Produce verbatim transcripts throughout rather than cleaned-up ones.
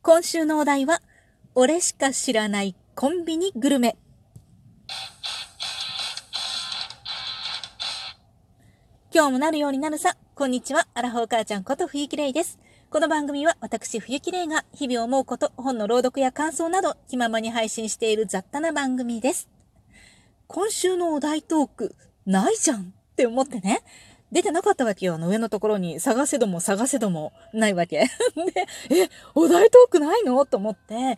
今週のお題は、俺しか知らないコンビニグルメ。今日もなるようになるさ。こんにちは。アラフォー母ちゃんこと冬木玲です。この番組は私冬木玲が日々思うこと、本の朗読や感想など気ままに配信している雑多な番組です。今週のお題トーク、ないじゃんって思ってね。出てなかったわけよ。あの上のところに探せども探せどもないわけ。で、え、お題トークないのと思って、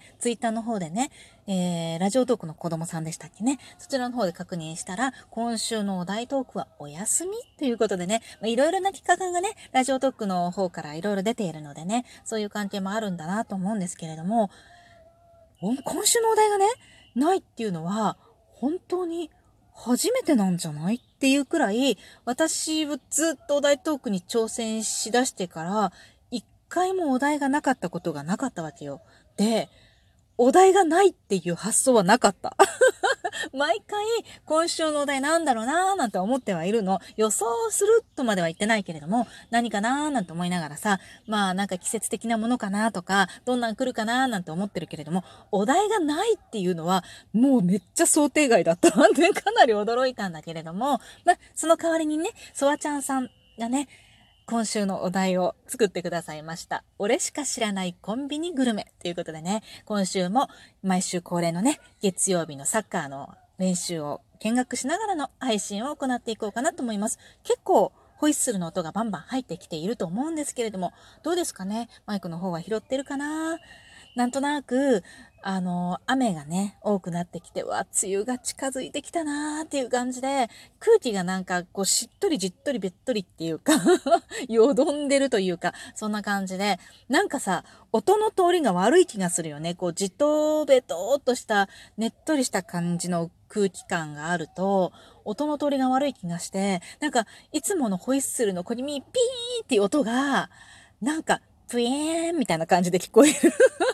ツイッターの方でね、えー、ラジオトークの子供さんでしたっけね。そちらの方で確認したら、今週のお題トークはお休みということでね、いろいろな企画がね、ラジオトークの方からいろいろ出ているのでね、そういう関係もあるんだなと思うんですけれども、今週のお題がね、ないっていうのは、本当に初めてなんじゃないっていうくらい、私はずっとお題トークに挑戦しだしてから、一回もお題がなかったことがなかったわけよ。で、お題がないっていう発想はなかった。毎回今週のお題なんだろうなーなんて思ってはいるの。予想するとまでは言ってないけれども、何かなーなんて思いながらさ、まあなんか季節的なものかなとか、どんなん来るかなーなんて思ってるけれども、お題がないっていうのはもうめっちゃ想定外だったんで、かなり驚いたんだけれども、まあその代わりにね、ソワちゃんさんがね、今週のお題を作ってくださいました。俺しか知らないコンビニグルメということでね、今週も毎週恒例のね、月曜日のサッカーの練習を見学しながらの配信を行っていこうかなと思います。結構ホイッスルの音がバンバン入ってきていると思うんですけれども、どうですかね？マイクの方は拾ってるかな？なんとなく、あの、雨がね、多くなってきて、わ、梅雨が近づいてきたなーっていう感じで、空気がなんか、こう、しっとりじっとりべっとりっていうか、よどんでるというか、そんな感じで、なんかさ、音の通りが悪い気がするよね。こう、じっとべとーっとした、ねっとりした感じの空気感があると、音の通りが悪い気がして、なんか、いつものホイッスルのコニミピーっていう音が、なんか、プイーンみたいな感じで聞こえる。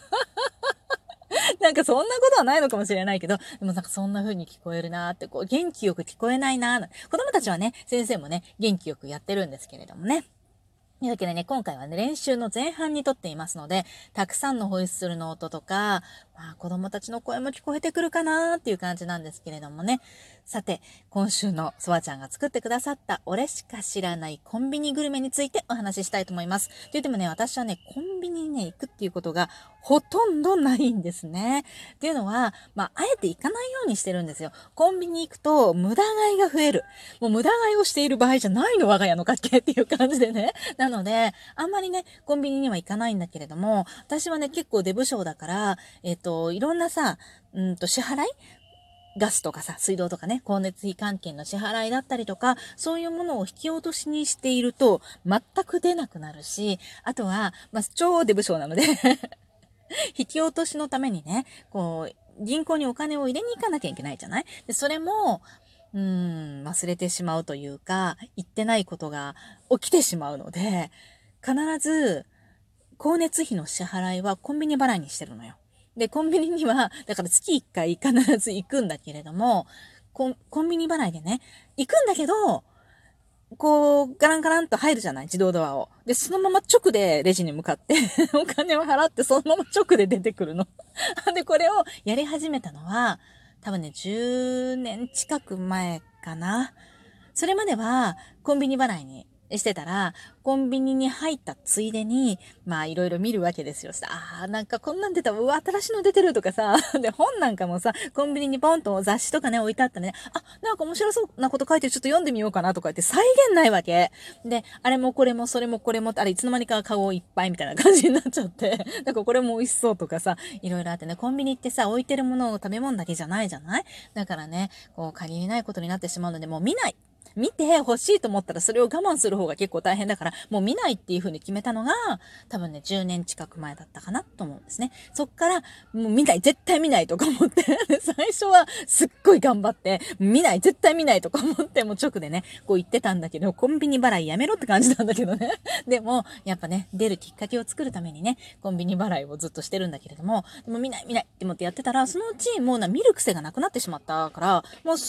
なんかそんなことはないのかもしれないけど、でもなんかそんな風に聞こえるなーって、こう元気よく聞こえないなー。子供たちはね、先生もね、元気よくやってるんですけれどもね。というわけでね、今回はね、練習の前半に撮っていますので、たくさんのホイッスルの音とか、まあ子供たちの声も聞こえてくるかなーっていう感じなんですけれどもね。さて、今週のソワちゃんが作ってくださった俺しか知らないコンビニグルメについてお話ししたいと思います。と言ってもね、私はね、コンビニにね、行くっていうことがほとんどないんですね。っていうのは、まあ、あえて行かないようにしてるんですよ。コンビニ行くと無駄買いが増える。もう無駄買いをしている場合じゃないの我が家の家計っていう感じでね。なので、あんまりね、コンビニには行かないんだけれども、私はね、結構出不精だから、えっと、いろんなさ、うんと、支払いガスとかさ、水道とかね、光熱費関係の支払いだったりとか、そういうものを引き落としにしていると、全く出なくなるし、あとは、まあ、超出不精なので引き落としのためにね、こう、銀行にお金を入れに行かなきゃいけないじゃない？で、それも、うーん、忘れてしまうというか、言ってないことが起きてしまうので、必ず、光熱費の支払いはコンビニ払いにしてるのよ。で、コンビニには、だから月いっかい必ず行くんだけれども、コン、コンビニ払いでね、行くんだけど、こう、ガランガランと入るじゃない自動ドアを。で、そのまま直でレジに向かってお金を払って、そのまま直で出てくるの。で、これをやり始めたのは、多分ね、じゅうねん近く前かな。それまでは、コンビニ払いにしてたら、コンビニに入ったついでに、まあいろいろ見るわけですよ。ああ、なんかこんなん出た、うわ、新しいの出てるとかさ、で、本なんかもさ、コンビニにポンと雑誌とかね、置いてあったね、あ、なんか面白そうなこと書いてる、ちょっと読んでみようかなとか言って再現ないわけ。で、あれもこれもそれもこれも、あれいつの間にかカゴいっぱいみたいな感じになっちゃって、なんかこれも美味しそうとかさ、いろいろあってね、コンビニってさ、置いてるものを食べ物だけじゃないじゃない？だからね、こう限りないことになってしまうので、もう見ない。見て欲しいと思ったらそれを我慢する方が結構大変だから、もう見ないっていう風に決めたのが、多分ね、じゅうねん近く前だったかなと思うんですね。そっから、もう見ない、絶対見ないとか思って、最初はすっごい頑張って、見ない、絶対見ないとか思って、もう直でね、こう言ってたんだけど、コンビニ払いやめろって感じなんだけどね。でも、やっぱね、出るきっかけを作るためにね、コンビニ払いをずっとしてるんだけれども、でも見ない、見ないって思ってやってたら、そのうちもうな、見る癖がなくなってしまったから、もうすっ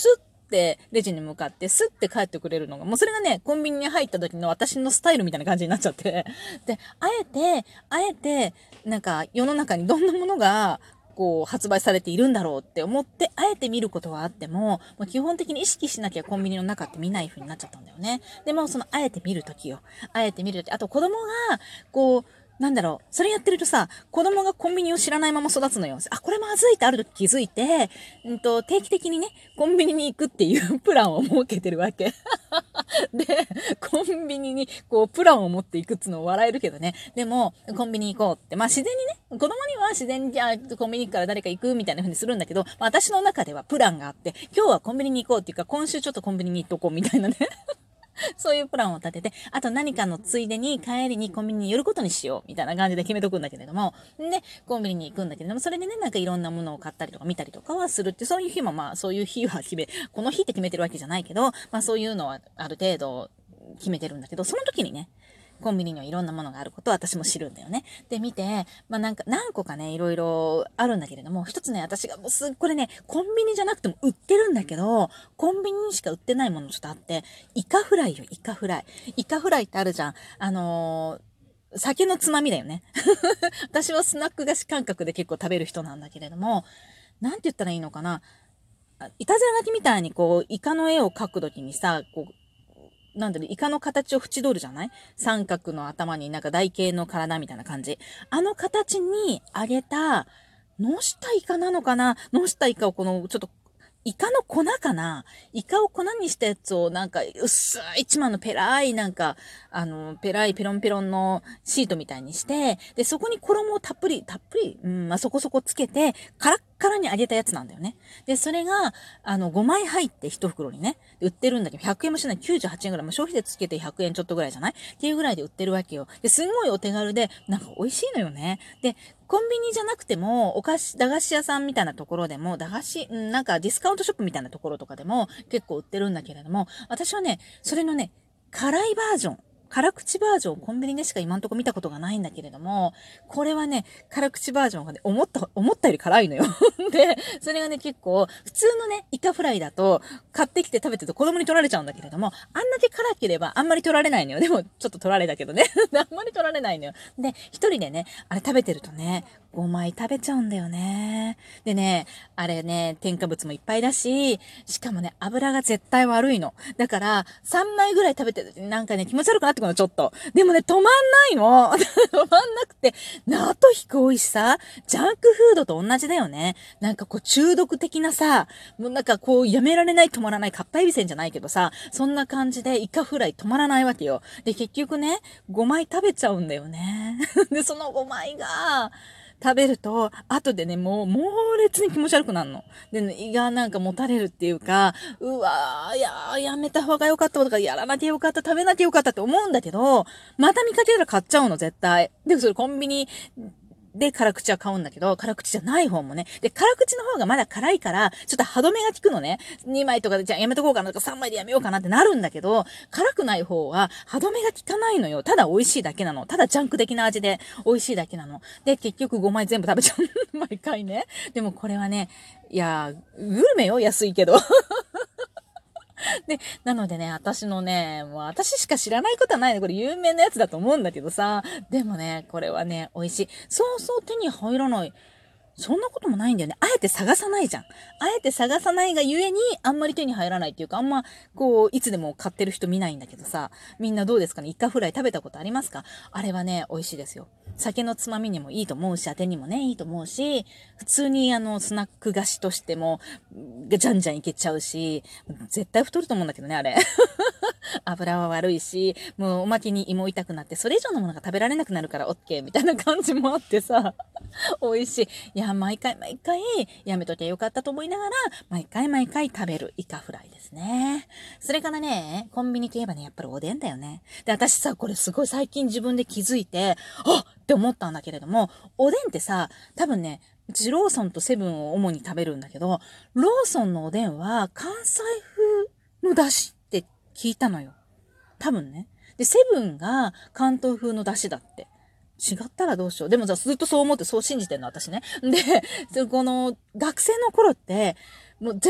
ってレジに向かってスッて帰ってくれるのが、もうそれがね、コンビニに入った時の私のスタイルみたいな感じになっちゃって。で、あえて、あえて、なんか世の中にどんなものが、こう発売されているんだろうって思って、あえて見ることはあっても、もう基本的に意識しなきゃコンビニの中って見ない風になっちゃったんだよね。でもそのあえて見るときよ。あえて見るとき、あと子供が、こう、なんだろう、それやってるとさ、子供がコンビニを知らないまま育つのよ。あ、これまずいってある時気づいて、うんと、定期的にね、コンビニに行くっていうプランを設けてるわけ。で、コンビニにこうプランを持っていくっつのを笑えるけどね。でも、コンビニ行こうって。まあ自然にね、子供には自然にじゃあコンビニ行くから誰か行くみたいな風にするんだけど、まあ私の中ではプランがあって、今日はコンビニに行こうっていうか、今週ちょっとコンビニに行っとこうみたいなね。そういうプランを立てて、あと何かのついでに帰りにコンビニに寄ることにしよう、みたいな感じで決めとくんだけれども、で、コンビニに行くんだけれども、それでね、なんかいろんなものを買ったりとか見たりとかはするって、そういう日もまあ、そういう日は決め、この日って決めてるわけじゃないけど、まあそういうのはある程度決めてるんだけど、その時にね、コンビニにはいろんなものがあることを私も知るんだよね。で、見て、まあなんか何個かね、いろいろあるんだけれども、一つね、私がもうすっこれね、コンビニじゃなくても売ってるんだけど、コンビニにしか売ってないものちょっとあって、イカフライよ、イカフライ。イカフライってあるじゃん。あのー、酒のつまみだよね。私はスナック菓子感覚で結構食べる人なんだけれども、なんて言ったらいいのかな。いたずら書きみたいにこう、イカの絵を描くときにさ、こう、なんだろう、イカの形を縁取るじゃない？三角の頭になんか台形の体みたいな感じ。あの形に揚げた、のしたイカなのかな？のしたイカをこの、ちょっと、イカの粉かな？イカを粉にしたやつをなんか薄い一枚のペラいなんか、あの、ペラいペロンペロンのシートみたいにして、で、そこに衣をたっぷり、たっぷり、うん、まあ、そこそこつけて、カラッカラに揚げたやつなんだよね。で、それが、あの、ごまい入って一袋にね、売ってるんだけど、ひゃくえんもしない、きゅうじゅうはちえんぐらい、もう消費税つけてひゃくえんちょっとぐらいじゃないっていうぐらいで売ってるわけよ。で、すんごいお手軽で、なんか美味しいのよね。で、コンビニじゃなくても、お菓子、駄菓子屋さんみたいなところでも、駄菓子、んなんかディスカウントショップみたいなところとかでも結構売ってるんだけれども、私はね、それのね、辛いバージョン、辛口バージョンコンビニでしか今んとこ見たことがないんだけれども、これはね、辛口バージョンがね、思った、思ったより辛いのよ。で、それがね、結構、普通のね、イカフライだと、買ってきて食べてると子供に取られちゃうんだけれども、あんだけ辛ければあんまり取られないのよ。でも、ちょっと取られたけどね。あんまり取られないのよ。で、一人でね、あれ食べてるとね、ごまい食べちゃうんだよね。でね、あれね、添加物もいっぱいだし、しかもね、油が絶対悪いの。だから、さんまいぐらい食べてるなんかね、気持ち悪くなってくるの、ちょっと。でもね、止まんないの。止まんなくて、なと引く美味しさ、ジャンクフードと同じだよね。なんかこう、中毒的なさ、もうなんかこう、やめられない止まらない、かっぱえびせんじゃないけどさ、そんな感じでイカフライ止まらないわけよ。で、結局ね、ごまい食べちゃうんだよね。で、そのごまいが、食べると、後でね、もう、猛烈に気持ち悪くなるの。で、ね、胃がなんかもたれるっていうか、うわー、いやー、やめた方がよかったとか、やらなきゃよかった、食べなきゃよかったって思うんだけど、また見かけたら買っちゃうの、絶対。で、それコンビニ、で、辛口は買うんだけど、辛口じゃない方もね。で、辛口の方がまだ辛いから、ちょっと歯止めが効くのね。にまいとかで、じゃあやめとこうかなとかさんまいでやめようかなってなるんだけど、辛くない方は歯止めが効かないのよ。ただ美味しいだけなの。ただジャンク的な味で美味しいだけなの。で、結局ごまい全部食べちゃう。毎回ね。でもこれはね、いやグルメよ、安いけど。で、なのでね、私のね、もう私しか知らないことはないね。これ有名なやつだと思うんだけどさ。でもね、これはね、美味しい。そうそう手に入らない。そんなこともないんだよね。あえて探さないじゃん。あえて探さないがゆえに、あんまり手に入らないっていうか、あんま、こう、いつでも買ってる人見ないんだけどさ。みんなどうですかね？イカフライ食べたことありますか？あれはね、美味しいですよ。酒のつまみにもいいと思うし、当てにもね、いいと思うし、普通にあの、スナック菓子としても、じゃんじゃんいけちゃうし、絶対太ると思うんだけどね、あれ。油は悪いし、もうおまけに胃も痛くなって、それ以上のものが食べられなくなるから OK みたいな感じもあってさ、美味しい。いや、毎回毎回、やめときゃよかったと思いながら、毎回毎回食べるイカフライですね。それからね、コンビニといえばね、やっぱりおでんだよね。で、私さ、これすごい最近自分で気づいて、あっって思ったんだけれども、おでんってさ、多分ね、うちローソンとセブンを主に食べるんだけど、ローソンのおでんは関西風の出汁って聞いたのよ。多分ね。で、セブンが関東風の出汁だって。違ったらどうしよう。でもじゃあずっとそう思ってそう信じてんの、私ね。で、この学生の頃って、もう絶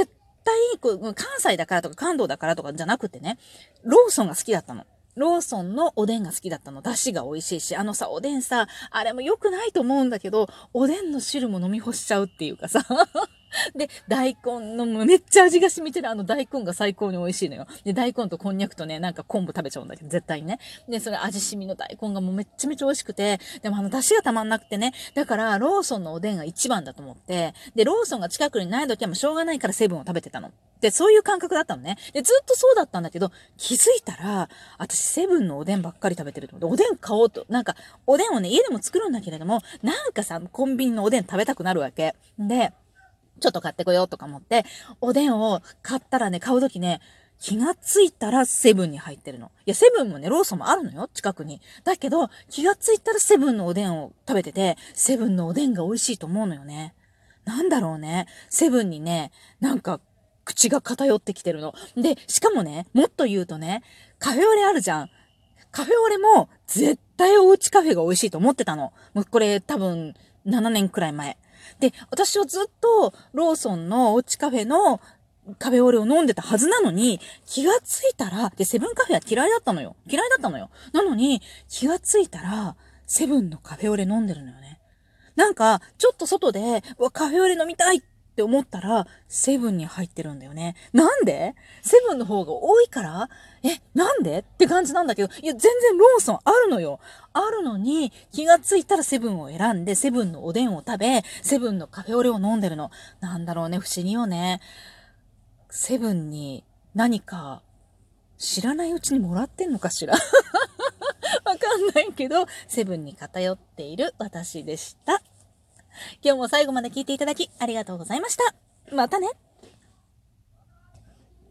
対こう、関西だからとか関東だからとかじゃなくてね、ローソンが好きだったの。ローソンのおでんが好きだったの。出汁が美味しいし、あのさ、おでんさ、あれも良くないと思うんだけど、おでんの汁も飲み干しちゃうっていうかさ。で、大根のめっちゃ味が染みてるあの大根が最高に美味しいのよ。で、大根とこんにゃくとね、なんか昆布食べちゃうんだけど、絶対にね。で、それ味染みの大根がもうめっちゃめちゃ美味しくて、でもあの出汁がたまんなくてね、だからローソンのおでんが一番だと思って、で、ローソンが近くにない時はもうしょうがないからセブンを食べてたの。で、そういう感覚だったのね。で、ずっとそうだったんだけど、気づいたら、私セブンのおでんばっかり食べてると思って、おでん買おうと、なんか、おでんをね、家でも作るんだけれども、なんかさ、コンビニのおでん食べたくなるわけ。で、ちょっと買ってこようとか思って、おでんを買ったらね、買うときね、気がついたらセブンに入ってるの。いや、セブンもね、ローソンもあるのよ、近くに。だけど、気がついたらセブンのおでんを食べてて、セブンのおでんが美味しいと思うのよね。なんだろうね。セブンにね、なんか、口が偏ってきてるの。で、しかもね、もっと言うとね、カフェオレあるじゃん。カフェオレも絶対おうちカフェが美味しいと思ってたの。もうこれ多分ななねんくらい前。で、私はずっとローソンのおうちカフェのカフェオレを飲んでたはずなのに、気がついたら、で、セブンカフェは嫌いだったのよ。嫌いだったのよ。なのに、気がついたら、セブンのカフェオレ飲んでるのよね。なんか、ちょっと外で、うわ、カフェオレ飲みたいって思ったら、セブンに入ってるんだよね。なんでセブンの方が多いからえ、なんでって感じなんだけど、いや、全然ローソンあるのよ。あるのに、気がついたらセブンを選んで、セブンのおでんを食べ、セブンのカフェオレを飲んでるの。なんだろうね、不思議よね。セブンに何か知らないうちにもらってんのかしらわかんないけど、セブンに偏っている私でした。今日も最後まで聞いていただきありがとうございました。またね。